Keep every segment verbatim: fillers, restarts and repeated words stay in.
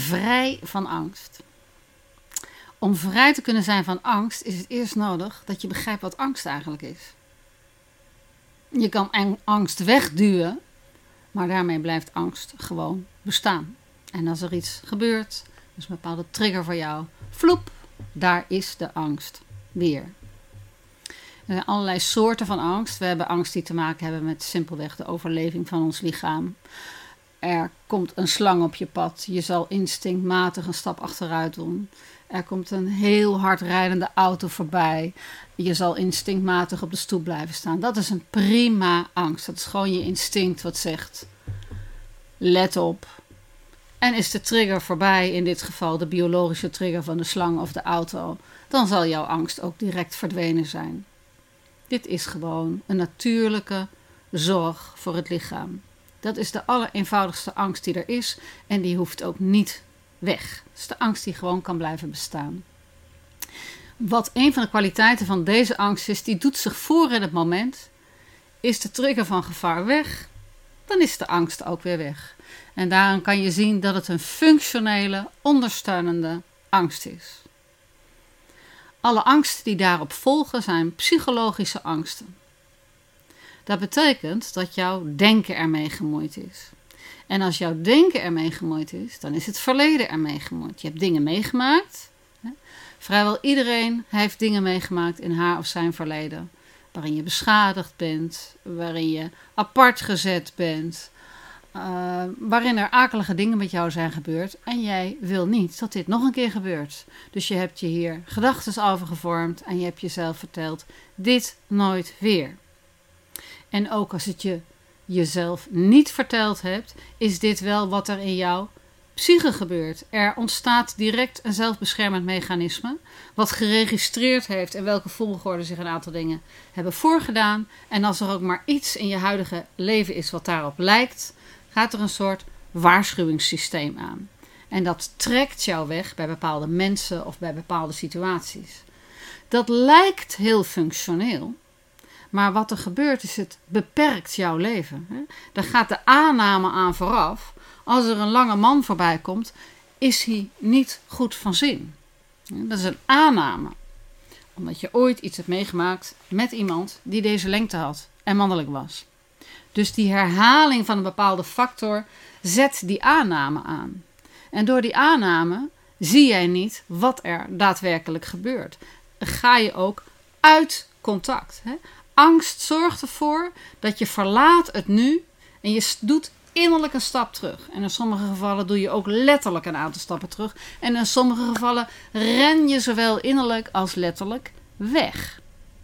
vrij van angst. Om vrij te kunnen zijn van angst is het eerst nodig dat je begrijpt wat angst eigenlijk is. Je kan angst wegduwen, maar daarmee blijft angst gewoon bestaan. En als er iets gebeurt, dus een bepaalde trigger voor jou, vloep, daar is de angst weer. Er zijn allerlei soorten van angst. We hebben angst die te maken hebben met simpelweg de overleving van ons lichaam. Er komt een slang op je pad. Je zal instinctmatig een stap achteruit doen. Er komt een heel hard rijdende auto voorbij. Je zal instinctmatig op de stoep blijven staan. Dat is een prima angst. Dat is gewoon je instinct wat zegt: let op. En is de trigger voorbij, in dit geval de biologische trigger van de slang of de auto, dan zal jouw angst ook direct verdwenen zijn. Dit is gewoon een natuurlijke zorg voor het lichaam. Dat is de allereenvoudigste angst die er is en die hoeft ook niet weg. Dat is de angst die gewoon kan blijven bestaan. Wat een van de kwaliteiten van deze angst is, die doet zich voor in het moment. Is de trigger van gevaar weg, dan is de angst ook weer weg. En daaraan kan je zien dat het een functionele, ondersteunende angst is. Alle angsten die daarop volgen zijn psychologische angsten. Dat betekent dat jouw denken ermee gemoeid is. En als jouw denken ermee gemoeid is, dan is het verleden ermee gemoeid. Je hebt dingen meegemaakt. Hè? Vrijwel iedereen heeft dingen meegemaakt in haar of zijn verleden. Waarin je beschadigd bent, waarin je apart gezet bent, uh, waarin er akelige dingen met jou zijn gebeurd. En jij wil niet dat dit nog een keer gebeurt. Dus je hebt je hier gedachten over gevormd en je hebt jezelf verteld: dit nooit weer. En ook als het je jezelf niet verteld hebt, is dit wel wat er in jouw psyche gebeurt. Er ontstaat direct een zelfbeschermend mechanisme, wat geregistreerd heeft in welke volgorde zich een aantal dingen hebben voorgedaan. En als er ook maar iets in je huidige leven is wat daarop lijkt, gaat er een soort waarschuwingssysteem aan. En dat trekt jou weg bij bepaalde mensen of bij bepaalde situaties. Dat lijkt heel functioneel. Maar wat er gebeurt is, het beperkt jouw leven. Daar gaat de aanname aan vooraf. Als er een lange man voorbij komt, is hij niet goed van zin. Dat is een aanname. Omdat je ooit iets hebt meegemaakt met iemand die deze lengte had en mannelijk was. Dus die herhaling van een bepaalde factor zet die aanname aan. En door die aanname zie jij niet wat er daadwerkelijk gebeurt. Ga je ook uit contact. Hè? Angst zorgt ervoor dat je verlaat het nu en je doet innerlijk een stap terug. En in sommige gevallen doe je ook letterlijk een aantal stappen terug. En in sommige gevallen ren je zowel innerlijk als letterlijk weg.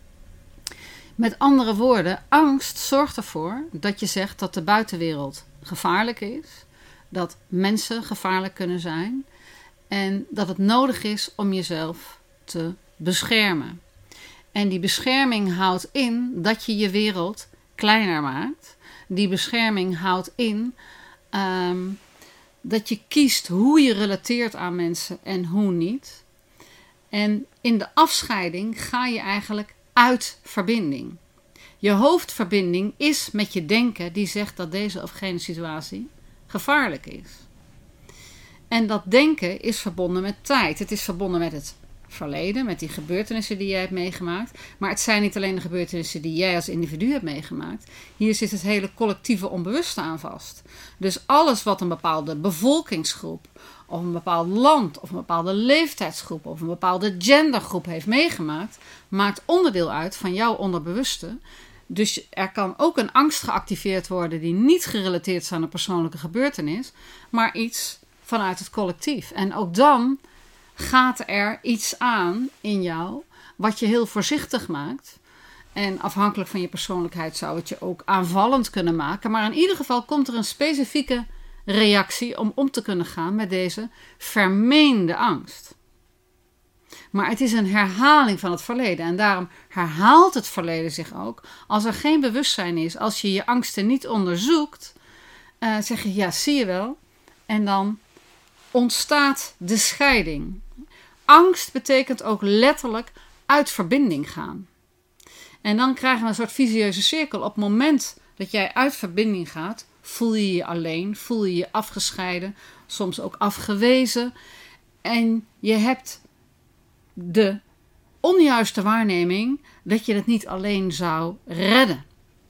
Met andere woorden, angst zorgt ervoor dat je zegt dat de buitenwereld gevaarlijk is. Dat mensen gevaarlijk kunnen zijn. En dat het nodig is om jezelf te beschermen. En die bescherming houdt in dat je je wereld kleiner maakt. Die bescherming houdt in um, dat je kiest hoe je relateert aan mensen en hoe niet. En in de afscheiding ga je eigenlijk uit verbinding. Je hoofdverbinding is met je denken die zegt dat deze of gene situatie gevaarlijk is. En dat denken is verbonden met tijd. Het is verbonden met het verleden, met die gebeurtenissen die jij hebt meegemaakt. Maar het zijn niet alleen de gebeurtenissen die jij als individu hebt meegemaakt. Hier zit het hele collectieve onbewuste aan vast. Dus alles wat een bepaalde bevolkingsgroep, of een bepaald land, of een bepaalde leeftijdsgroep, of een bepaalde gendergroep heeft meegemaakt, maakt onderdeel uit van jouw onderbewuste. Dus er kan ook een angst geactiveerd worden die niet gerelateerd is aan een persoonlijke gebeurtenis, maar iets vanuit het collectief. En ook dan gaat er iets aan in jou wat je heel voorzichtig maakt. En afhankelijk van je persoonlijkheid zou het je ook aanvallend kunnen maken. Maar in ieder geval komt er een specifieke reactie om om te kunnen gaan met deze vermeende angst. Maar het is een herhaling van het verleden. En daarom herhaalt het verleden zich ook. Als er geen bewustzijn is, als je je angsten niet onderzoekt, uh, zeg je ja, zie je wel. En dan ontstaat de scheiding. Angst betekent ook letterlijk uit verbinding gaan. En dan krijgen we een soort visieuze cirkel. Op het moment dat jij uit verbinding gaat, voel je je alleen, voel je je afgescheiden. soms ook afgewezen. En je hebt de onjuiste waarneming dat je het niet alleen zou redden.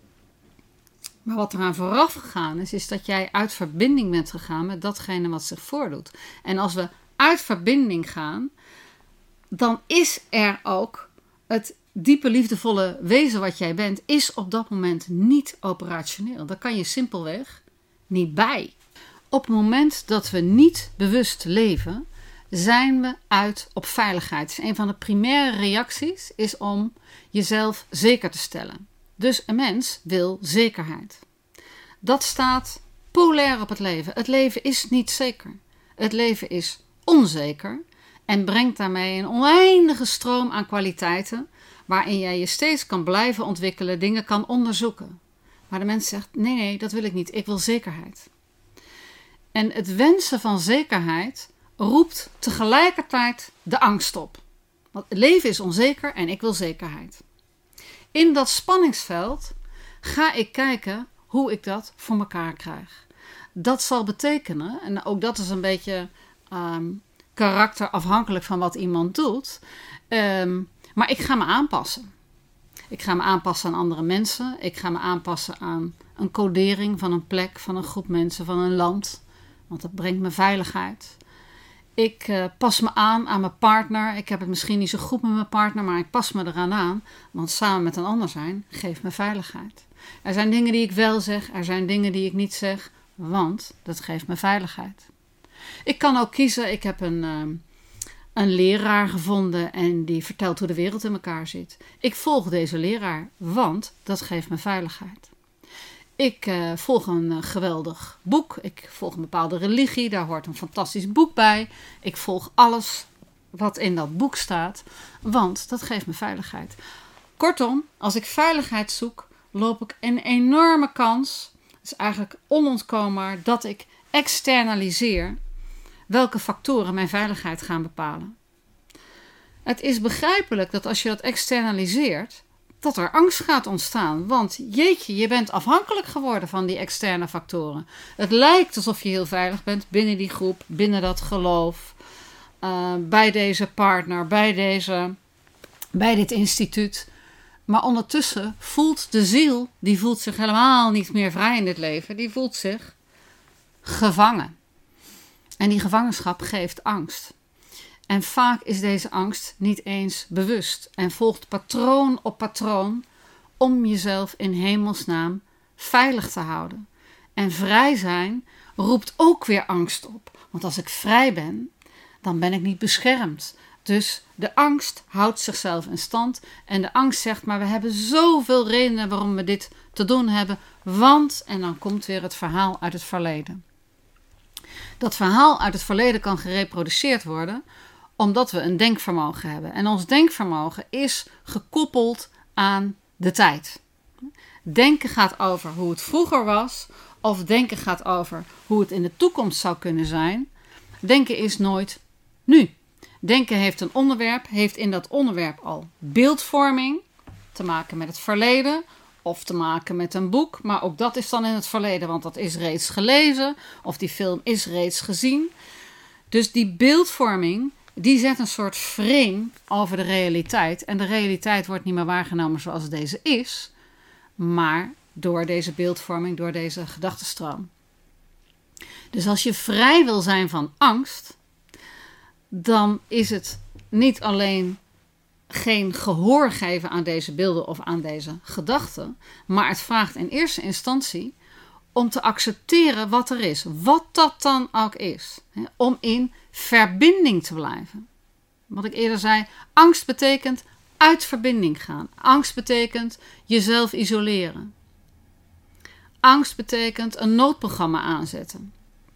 Maar wat eraan vooraf gegaan is, is dat jij uit verbinding bent gegaan met datgene wat zich voordoet. En als we uit verbinding gaan, dan is er ook het diepe liefdevolle wezen wat jij bent, is op dat moment niet operationeel. Daar kan je simpelweg niet bij. Op het moment dat we niet bewust leven, zijn we uit op veiligheid. Dus een van de primaire reacties is om jezelf zeker te stellen. Dus een mens wil zekerheid. Dat staat polair op het leven. Het leven is niet zeker. Het leven is onzeker en brengt daarmee een oneindige stroom aan kwaliteiten waarin jij je steeds kan blijven ontwikkelen, dingen kan onderzoeken. Maar de mens zegt, nee, nee, dat wil ik niet. Ik wil zekerheid. En het wensen van zekerheid roept tegelijkertijd de angst op. Want het leven is onzeker en ik wil zekerheid. In dat spanningsveld ga ik kijken hoe ik dat voor elkaar krijg. Dat zal betekenen, en ook dat is een beetje um, karakterafhankelijk van wat iemand doet, um, maar ik ga me aanpassen. Ik ga me aanpassen aan andere mensen. Ik ga me aanpassen aan een codering van een plek, van een groep mensen, van een land. Want dat brengt me veiligheid. Ik uh, pas me aan aan mijn partner. Ik heb het misschien niet zo goed met mijn partner, maar ik pas me eraan aan. Want samen met een ander zijn geeft me veiligheid. Er zijn dingen die ik wel zeg, er zijn dingen die ik niet zeg, want dat geeft me veiligheid. Ik kan ook kiezen, ik heb een, uh, een leraar gevonden en die vertelt hoe de wereld in elkaar zit. Ik volg deze leraar, want dat geeft me veiligheid. Ik uh, volg een uh, geweldig boek. Ik volg een bepaalde religie. Daar hoort een fantastisch boek bij. Ik volg alles wat in dat boek staat. Want dat geeft me veiligheid. Kortom, als ik veiligheid zoek, loop ik een enorme kans. Het is eigenlijk onontkoombaar dat ik externaliseer welke factoren mijn veiligheid gaan bepalen. Het is begrijpelijk dat als je dat externaliseert, dat er angst gaat ontstaan. Want jeetje, je bent afhankelijk geworden van die externe factoren. Het lijkt alsof je heel veilig bent binnen die groep, binnen dat geloof, uh, bij deze partner, bij, deze, bij dit instituut. Maar ondertussen voelt de ziel, die voelt zich helemaal niet meer vrij in dit leven. Die voelt zich gevangen. En die gevangenschap geeft angst. En vaak is deze angst niet eens bewust en volgt patroon op patroon om jezelf in hemelsnaam veilig te houden. En vrij zijn roept ook weer angst op. Want als ik vrij ben, dan ben ik niet beschermd. Dus de angst houdt zichzelf in stand. En de angst zegt, maar we hebben zoveel redenen waarom we dit te doen hebben. Want, en dan komt weer het verhaal uit het verleden. Dat verhaal uit het verleden kan gereproduceerd worden omdat we een denkvermogen hebben. En ons denkvermogen is gekoppeld aan de tijd. Denken gaat over hoe het vroeger was, of denken gaat over hoe het in de toekomst zou kunnen zijn. Denken is nooit nu. Denken heeft een onderwerp, heeft in dat onderwerp al beeldvorming, te maken met het verleden of te maken met een boek. Maar ook dat is dan in het verleden, want dat is reeds gelezen of die film is reeds gezien. Dus die beeldvorming, die zet een soort frame over de realiteit. En de realiteit wordt niet meer waargenomen zoals deze is, maar door deze beeldvorming, door deze gedachtenstroom. Dus als je vrij wil zijn van angst, dan is het niet alleen geen gehoor geven aan deze beelden of aan deze gedachten, maar het vraagt in eerste instantie om te accepteren wat er is, wat dat dan ook is, hè, om in verbinding te blijven. Wat ik eerder zei, angst betekent uit verbinding gaan. Angst betekent jezelf isoleren. Angst betekent een noodprogramma aanzetten.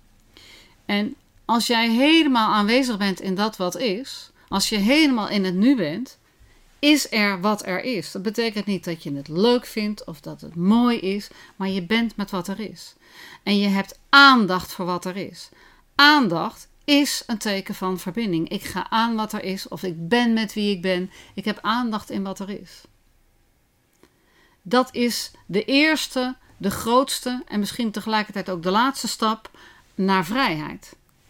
En als jij helemaal aanwezig bent in dat wat is, als je helemaal in het nu bent, is er wat er is. Dat betekent niet dat je het leuk vindt of dat het mooi is, maar je bent met wat er is. En je hebt aandacht voor wat er is. Aandacht is een teken van verbinding. Ik ga aan wat er is of ik ben met wie ik ben. Ik heb aandacht in wat er is. Dat is de eerste, de grootste en misschien tegelijkertijd ook de laatste stap naar vrijheid.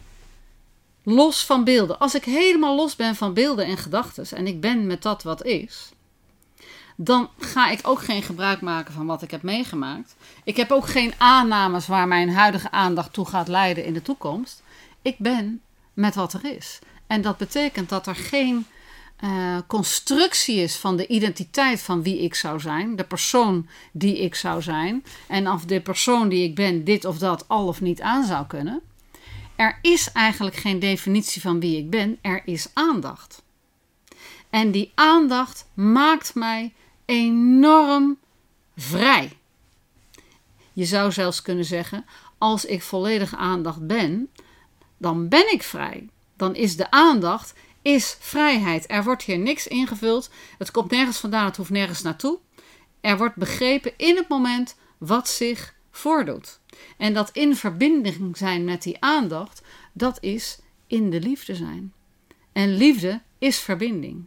los van beelden. Als ik helemaal los ben van beelden en gedachten en ik ben met dat wat is, dan ga ik ook geen gebruik maken van wat ik heb meegemaakt. Ik heb ook geen aannames waar mijn huidige aandacht toe gaat leiden in de toekomst. Ik ben met wat er is. En dat betekent dat er geen uh, constructie is van de identiteit van wie ik zou zijn. De persoon die ik zou zijn. En of de persoon die ik ben dit of dat al of niet aan zou kunnen. Er is eigenlijk geen definitie van wie ik ben. Er is aandacht. En die aandacht maakt mij enorm vrij. Je zou zelfs kunnen zeggen, als ik volledig aandacht ben, dan ben ik vrij. Dan is de aandacht is vrijheid. Er wordt hier niks ingevuld. Het komt nergens vandaan, het hoeft nergens naartoe. Er wordt begrepen in het moment wat zich voordoet. En dat in verbinding zijn met die aandacht, dat is in de liefde zijn. En liefde is verbinding.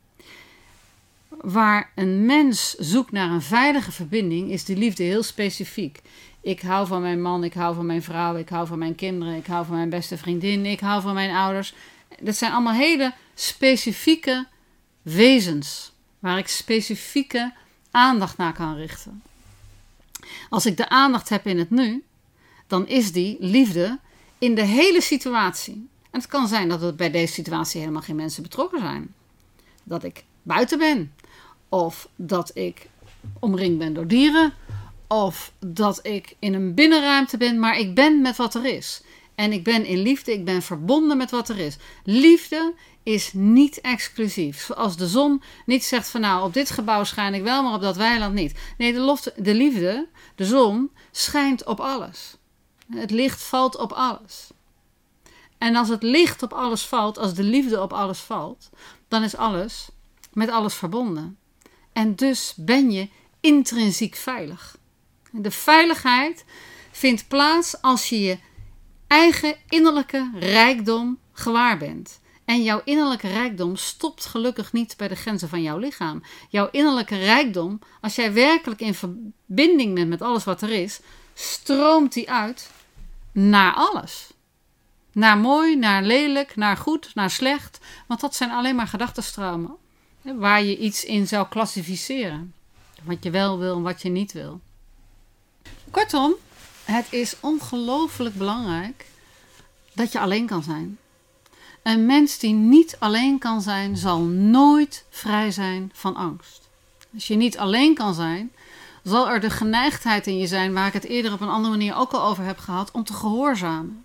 Waar een mens zoekt naar een veilige verbinding, is die liefde heel specifiek. Ik hou van mijn man, ik hou van mijn vrouw, ik hou van mijn kinderen, ik hou van mijn beste vriendin, ik hou van mijn ouders. Dat zijn allemaal hele specifieke wezens, waar ik specifieke aandacht naar kan richten. Als ik de aandacht heb in het nu, dan is die liefde in de hele situatie. En het kan zijn dat er bij deze situatie helemaal geen mensen betrokken zijn. Dat ik buiten ben. Of dat ik omringd ben door dieren. Of dat ik in een binnenruimte ben. Maar ik ben met wat er is. En ik ben in liefde. Ik ben verbonden met wat er is. Liefde is niet exclusief. Zoals de zon niet zegt van nou op dit gebouw schijn ik wel. Maar op dat weiland niet. Nee, de, lof, de liefde, de zon, schijnt op alles. Het licht valt op alles. En als het licht op alles valt. Als de liefde op alles valt. Dan is alles met alles verbonden. En dus ben je intrinsiek veilig. De veiligheid vindt plaats als je je eigen innerlijke rijkdom gewaar bent. En jouw innerlijke rijkdom stopt gelukkig niet bij de grenzen van jouw lichaam. Jouw innerlijke rijkdom, als jij werkelijk in verbinding bent met alles wat er is, stroomt die uit naar alles. Naar mooi, naar lelijk, naar goed, naar slecht. Want dat zijn alleen maar gedachtenstromen. Waar je iets in zou klassificeren. Wat je wel wil en wat je niet wil. Kortom, het is ongelooflijk belangrijk dat je alleen kan zijn. Een mens die niet alleen kan zijn, zal nooit vrij zijn van angst. Als je niet alleen kan zijn, zal er de geneigdheid in je zijn, waar ik het eerder op een andere manier ook al over heb gehad, om te gehoorzamen.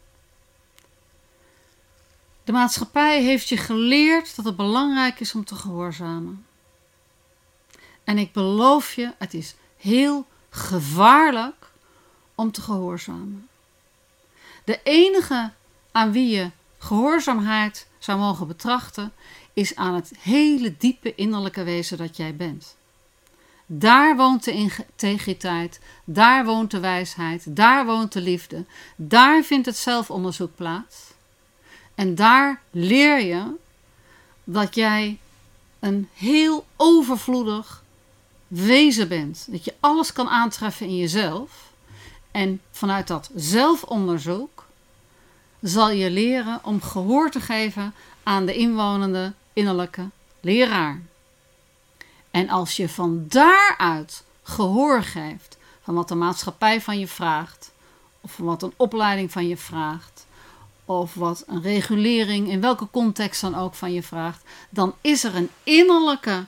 De maatschappij heeft je geleerd dat het belangrijk is om te gehoorzamen. En ik beloof je, het is heel gevaarlijk om te gehoorzamen. De enige aan wie je gehoorzaamheid zou mogen betrachten, is aan het hele diepe innerlijke wezen dat jij bent. Daar woont de integriteit, daar woont de wijsheid, daar woont de liefde, daar vindt het zelfonderzoek plaats. En daar leer je dat jij een heel overvloedig wezen bent. Dat je alles kan aantreffen in jezelf. En vanuit dat zelfonderzoek zal je leren om gehoor te geven aan de inwonende innerlijke leraar. En als je van daaruit gehoor geeft van wat de maatschappij van je vraagt, of van wat een opleiding van je vraagt, of wat een regulering in welke context dan ook van je vraagt, dan is er een innerlijke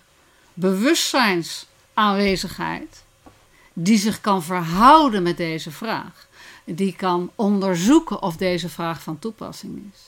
bewustzijnsaanwezigheid die zich kan verhouden met deze vraag. Die kan onderzoeken of deze vraag van toepassing is.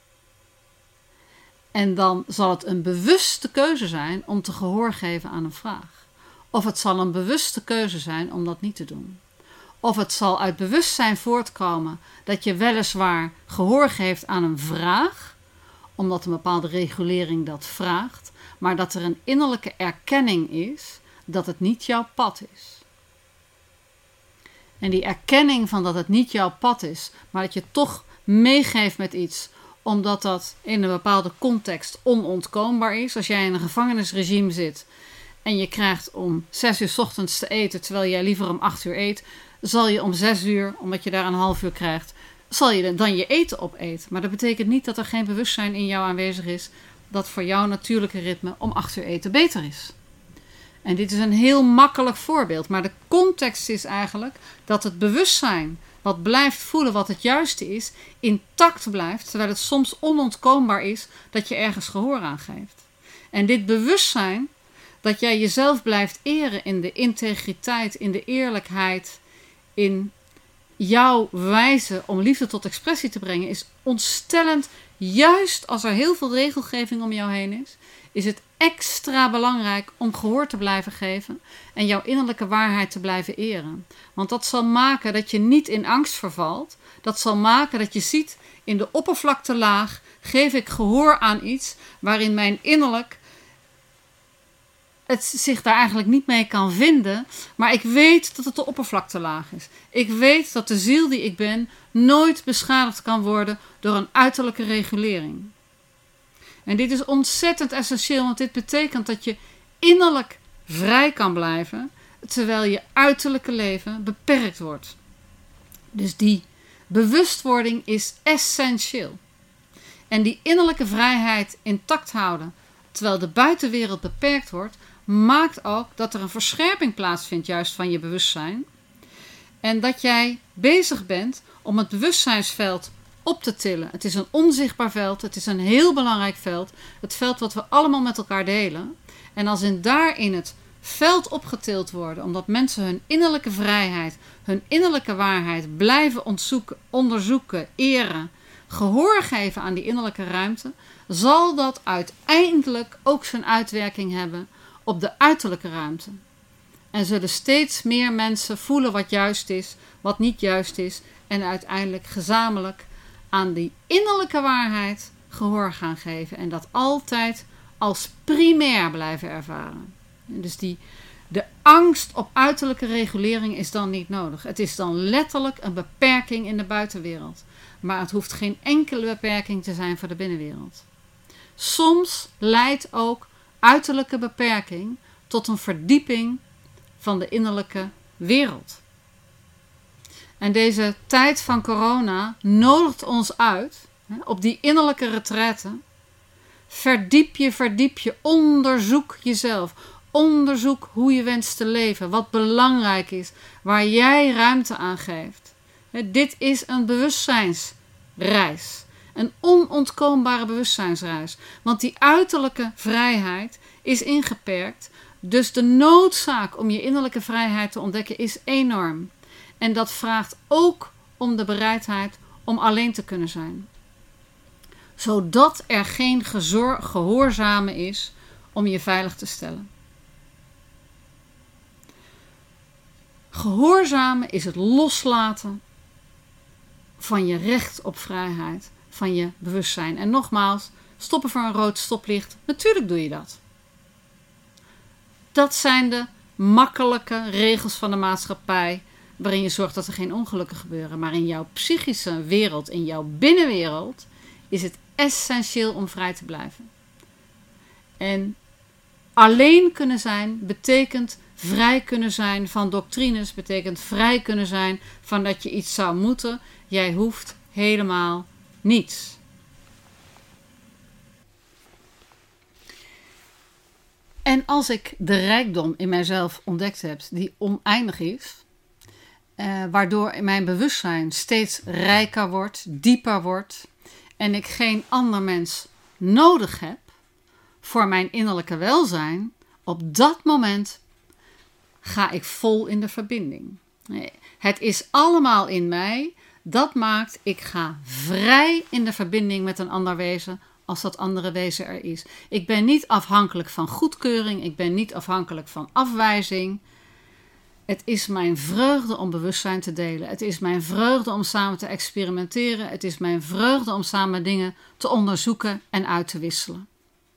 En dan zal het een bewuste keuze zijn om te gehoor geven aan een vraag. Of het zal een bewuste keuze zijn om dat niet te doen. Of het zal uit bewustzijn voortkomen dat je weliswaar gehoor geeft aan een vraag, omdat een bepaalde regulering dat vraagt, maar dat er een innerlijke erkenning is dat het niet jouw pad is. En die erkenning van dat het niet jouw pad is, maar dat je toch meegeeft met iets, omdat dat in een bepaalde context onontkoombaar is. Als jij in een gevangenisregime zit en je krijgt om zes uur 's ochtends te eten, terwijl jij liever om acht uur eet, zal je om zes uur, omdat je daar een half uur krijgt, zal je dan je eten opeten. Maar dat betekent niet dat er geen bewustzijn in jou aanwezig is dat voor jouw natuurlijke ritme om acht uur eten beter is. En dit is een heel makkelijk voorbeeld. Maar de context is eigenlijk dat het bewustzijn wat blijft voelen wat het juiste is, intact blijft, terwijl het soms onontkoombaar is dat je ergens gehoor aan geeft. En dit bewustzijn, dat jij jezelf blijft eren in de integriteit, in de eerlijkheid, in jouw wijze om liefde tot expressie te brengen, is ontstellend. Juist als er heel veel regelgeving om jou heen is, is het extra belangrijk om gehoor te blijven geven en jouw innerlijke waarheid te blijven eren. Want dat zal maken dat je niet in angst vervalt. Dat zal maken dat je ziet, in de oppervlaktelaag geef ik gehoor aan iets waarin mijn innerlijk het zich daar eigenlijk niet mee kan vinden. Maar ik weet dat het de oppervlaktelaag is. Ik weet dat de ziel die ik ben nooit beschadigd kan worden door een uiterlijke regulering. En dit is ontzettend essentieel, want dit betekent dat je innerlijk vrij kan blijven, terwijl je uiterlijke leven beperkt wordt. Dus die bewustwording is essentieel. En die innerlijke vrijheid intact houden, terwijl de buitenwereld beperkt wordt, maakt ook dat er een verscherping plaatsvindt juist van je bewustzijn. En dat jij bezig bent om het bewustzijnsveld op te tillen. Het is een onzichtbaar veld, het is een heel belangrijk veld. Het veld wat we allemaal met elkaar delen. En als in daarin het veld opgetild worden, omdat mensen hun innerlijke vrijheid, hun innerlijke waarheid blijven ontzoeken, onderzoeken, eren, gehoor geven aan die innerlijke ruimte, zal dat uiteindelijk ook zijn uitwerking hebben op de uiterlijke ruimte. En zullen steeds meer mensen voelen wat juist is, wat niet juist is, en uiteindelijk gezamenlijk aan die innerlijke waarheid gehoor gaan geven. En dat altijd als primair blijven ervaren. En dus die, de angst op uiterlijke regulering is dan niet nodig. Het is dan letterlijk een beperking in de buitenwereld. Maar het hoeft geen enkele beperking te zijn voor de binnenwereld. Soms leidt ook uiterlijke beperking tot een verdieping van de innerlijke wereld. En deze tijd van corona nodigt ons uit hè, op die innerlijke retraite. Verdiep je, verdiep je, onderzoek jezelf. Onderzoek hoe je wenst te leven, wat belangrijk is, waar jij ruimte aan geeft. Hè, dit is een bewustzijnsreis. Een onontkoombare bewustzijnsreis. Want die uiterlijke vrijheid is ingeperkt. Dus de noodzaak om je innerlijke vrijheid te ontdekken is enorm. En dat vraagt ook om de bereidheid om alleen te kunnen zijn. Zodat er geen gezor- gehoorzamen is om je veilig te stellen. Gehoorzamen is het loslaten van je recht op vrijheid, van je bewustzijn. En nogmaals, stoppen voor een rood stoplicht, natuurlijk doe je dat. Dat zijn de makkelijke regels van de maatschappij, waarin je zorgt dat er geen ongelukken gebeuren. Maar in jouw psychische wereld, in jouw binnenwereld, is het essentieel om vrij te blijven. En alleen kunnen zijn betekent vrij kunnen zijn van doctrines, betekent vrij kunnen zijn van dat je iets zou moeten. Jij hoeft helemaal niets. En als ik de rijkdom in mijzelf ontdekt heb, die oneindig is, eh, waardoor mijn bewustzijn steeds rijker wordt, dieper wordt, en ik geen ander mens nodig heb voor mijn innerlijke welzijn, op dat moment ga ik vol in de verbinding. Het is allemaal in mij. Dat maakt, ik ga vrij in de verbinding met een ander wezen als dat andere wezen er is. Ik ben niet afhankelijk van goedkeuring. Ik ben niet afhankelijk van afwijzing. Het is mijn vreugde om bewustzijn te delen. Het is mijn vreugde om samen te experimenteren. Het is mijn vreugde om samen dingen te onderzoeken en uit te wisselen.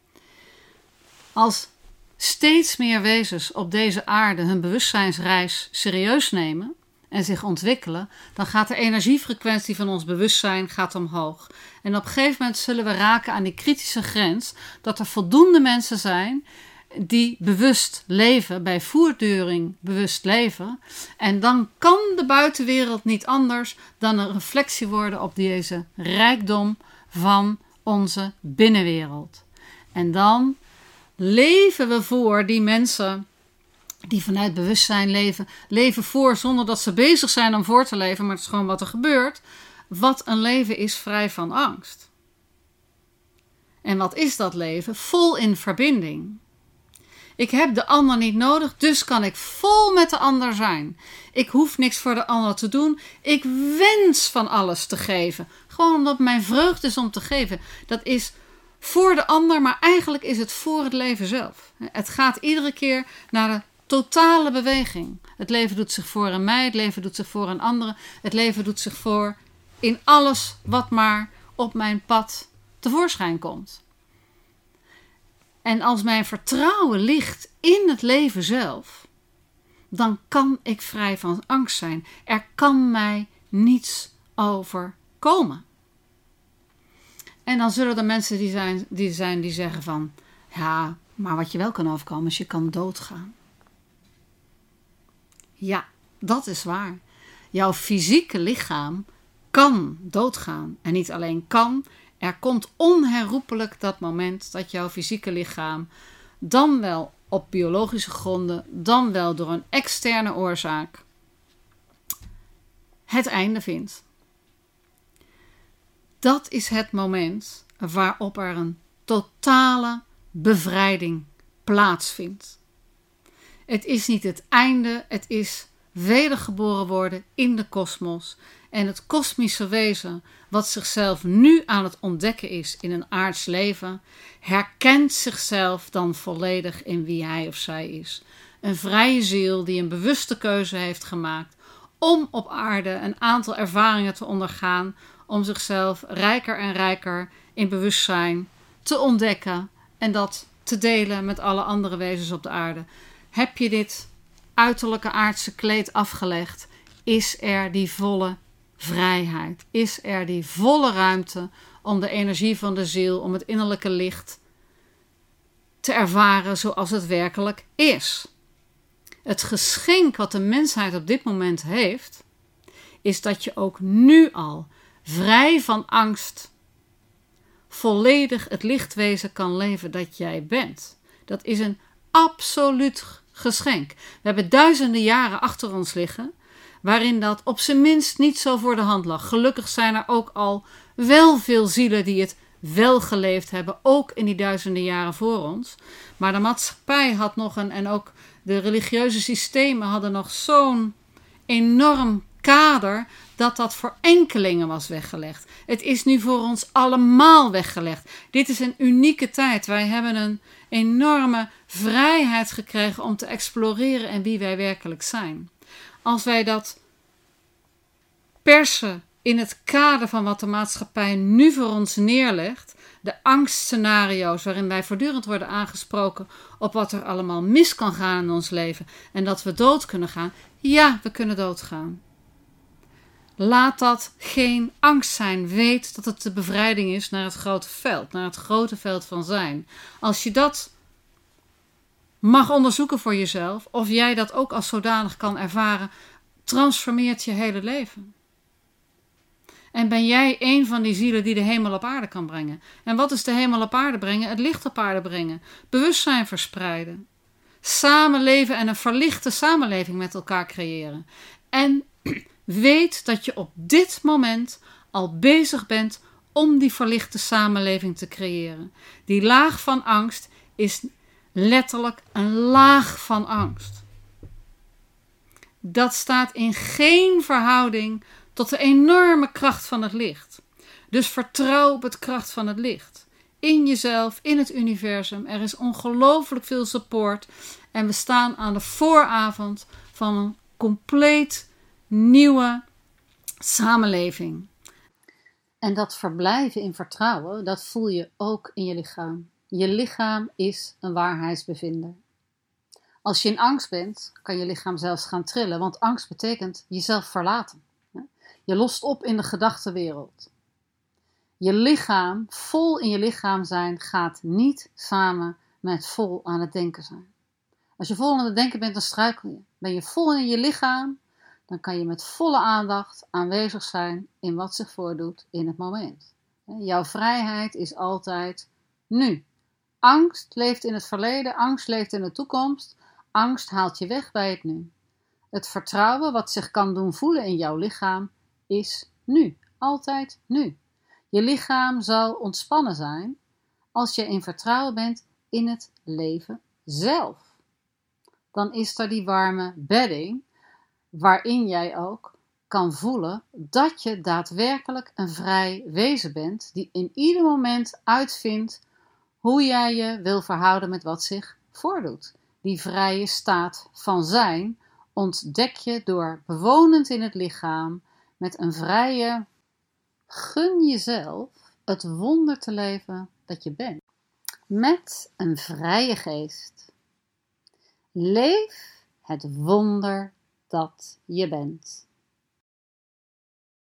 Als steeds meer wezens op deze aarde hun bewustzijnsreis serieus nemen en zich ontwikkelen, dan gaat de energiefrequentie van ons bewustzijn gaat omhoog. En op een gegeven moment zullen we raken aan die kritische grens dat er voldoende mensen zijn die bewust leven, bij voortduring bewust leven. En dan kan de buitenwereld niet anders dan een reflectie worden op deze rijkdom van onze binnenwereld. En dan leven we voor die mensen die vanuit bewustzijn leven, leven voor zonder dat ze bezig zijn om voor te leven, maar het is gewoon wat er gebeurt. Wat een leven is vrij van angst. En wat is dat leven? Vol in verbinding. Ik heb de ander niet nodig, dus kan ik vol met de ander zijn. Ik hoef niks voor de ander te doen. Ik wens van alles te geven. Gewoon omdat mijn vreugde is om te geven. Dat is voor de ander, maar eigenlijk is het voor het leven zelf. Het gaat iedere keer naar de totale beweging. Het leven doet zich voor in mij, het leven doet zich voor in anderen. Het leven doet zich voor in alles wat maar op mijn pad tevoorschijn komt. En als mijn vertrouwen ligt in het leven zelf, dan kan ik vrij van angst zijn. Er kan mij niets overkomen. En dan zullen er mensen die zijn die, zijn die zeggen van, ja, maar wat je wel kan overkomen is je kan doodgaan. Ja, dat is waar. Jouw fysieke lichaam kan doodgaan. En niet alleen kan, er komt onherroepelijk dat moment dat jouw fysieke lichaam, dan wel op biologische gronden, dan wel door een externe oorzaak, het einde vindt. Dat is het moment waarop er een totale bevrijding plaatsvindt. Het is niet het einde, het is wedergeboren worden in de kosmos. En het kosmische wezen, wat zichzelf nu aan het ontdekken is in een aards leven, herkent zichzelf dan volledig in wie hij of zij is. Een vrije ziel die een bewuste keuze heeft gemaakt om op aarde een aantal ervaringen te ondergaan, om zichzelf rijker en rijker in bewustzijn te ontdekken en dat te delen met alle andere wezens op de aarde. Heb je dit uiterlijke aardse kleed afgelegd, is er die volle vrijheid. Is er die volle ruimte om de energie van de ziel, om het innerlijke licht te ervaren zoals het werkelijk is. Het geschenk wat de mensheid op dit moment heeft, is dat je ook nu al vrij van angst volledig het lichtwezen kan leven dat jij bent. Dat is een absoluut geschenk. We hebben duizenden jaren achter ons liggen waarin dat op zijn minst niet zo voor de hand lag. Gelukkig zijn er ook al wel veel zielen die het wel geleefd hebben, ook in die duizenden jaren voor ons. Maar de maatschappij had nog een, en ook de religieuze systemen hadden nog zo'n enorm kader dat dat voor enkelingen was weggelegd. Het is nu voor ons allemaal weggelegd. Dit is een unieke tijd. Wij hebben een enorme vrijheid gekregen om te exploreren en wie wij werkelijk zijn. Als wij dat persen in het kader van wat de maatschappij nu voor ons neerlegt, de angstscenario's waarin wij voortdurend worden aangesproken op wat er allemaal mis kan gaan in ons leven en dat we dood kunnen gaan. Ja, we kunnen doodgaan. Laat dat geen angst zijn. Weet dat het de bevrijding is naar het grote veld, naar het grote veld van zijn. Als je dat mag onderzoeken voor jezelf, of jij dat ook als zodanig kan ervaren, transformeert je hele leven. En ben jij een van die zielen die de hemel op aarde kan brengen? En wat is de hemel op aarde brengen? Het licht op aarde brengen. Bewustzijn verspreiden. Samenleven en een verlichte samenleving met elkaar creëren. En weet dat je op dit moment al bezig bent om die verlichte samenleving te creëren. Die laag van angst is letterlijk een laag van angst. Dat staat in geen verhouding tot de enorme kracht van het licht. Dus vertrouw op het kracht van het licht. In jezelf, in het universum. Er is ongelooflijk veel support. En we staan aan de vooravond van een compleet nieuwe samenleving. En dat verblijven in vertrouwen, dat voel je ook in je lichaam. Je lichaam is een waarheidsbevinder. Als je in angst bent, kan je lichaam zelfs gaan trillen, want angst betekent jezelf verlaten. Je lost op in de gedachtenwereld. Je lichaam, vol in je lichaam zijn, gaat niet samen met vol aan het denken zijn. Als je vol aan het denken bent, dan struikel je. Ben je vol in je lichaam, dan kan je met volle aandacht aanwezig zijn in wat zich voordoet in het moment. Jouw vrijheid is altijd nu. Angst leeft in het verleden, angst leeft in de toekomst. Angst haalt je weg bij het nu. Het vertrouwen wat zich kan doen voelen in jouw lichaam is nu. Altijd nu. Je lichaam zal ontspannen zijn als je in vertrouwen bent in het leven zelf. Dan is er die warme bedding waarin jij ook kan voelen dat je daadwerkelijk een vrij wezen bent die in ieder moment uitvindt hoe jij je wil verhouden met wat zich voordoet. Die vrije staat van zijn ontdek je door bewonend in het lichaam met een vrije gun jezelf het wonder te leven dat je bent. Met een vrije geest. Leef het wonder dat je bent.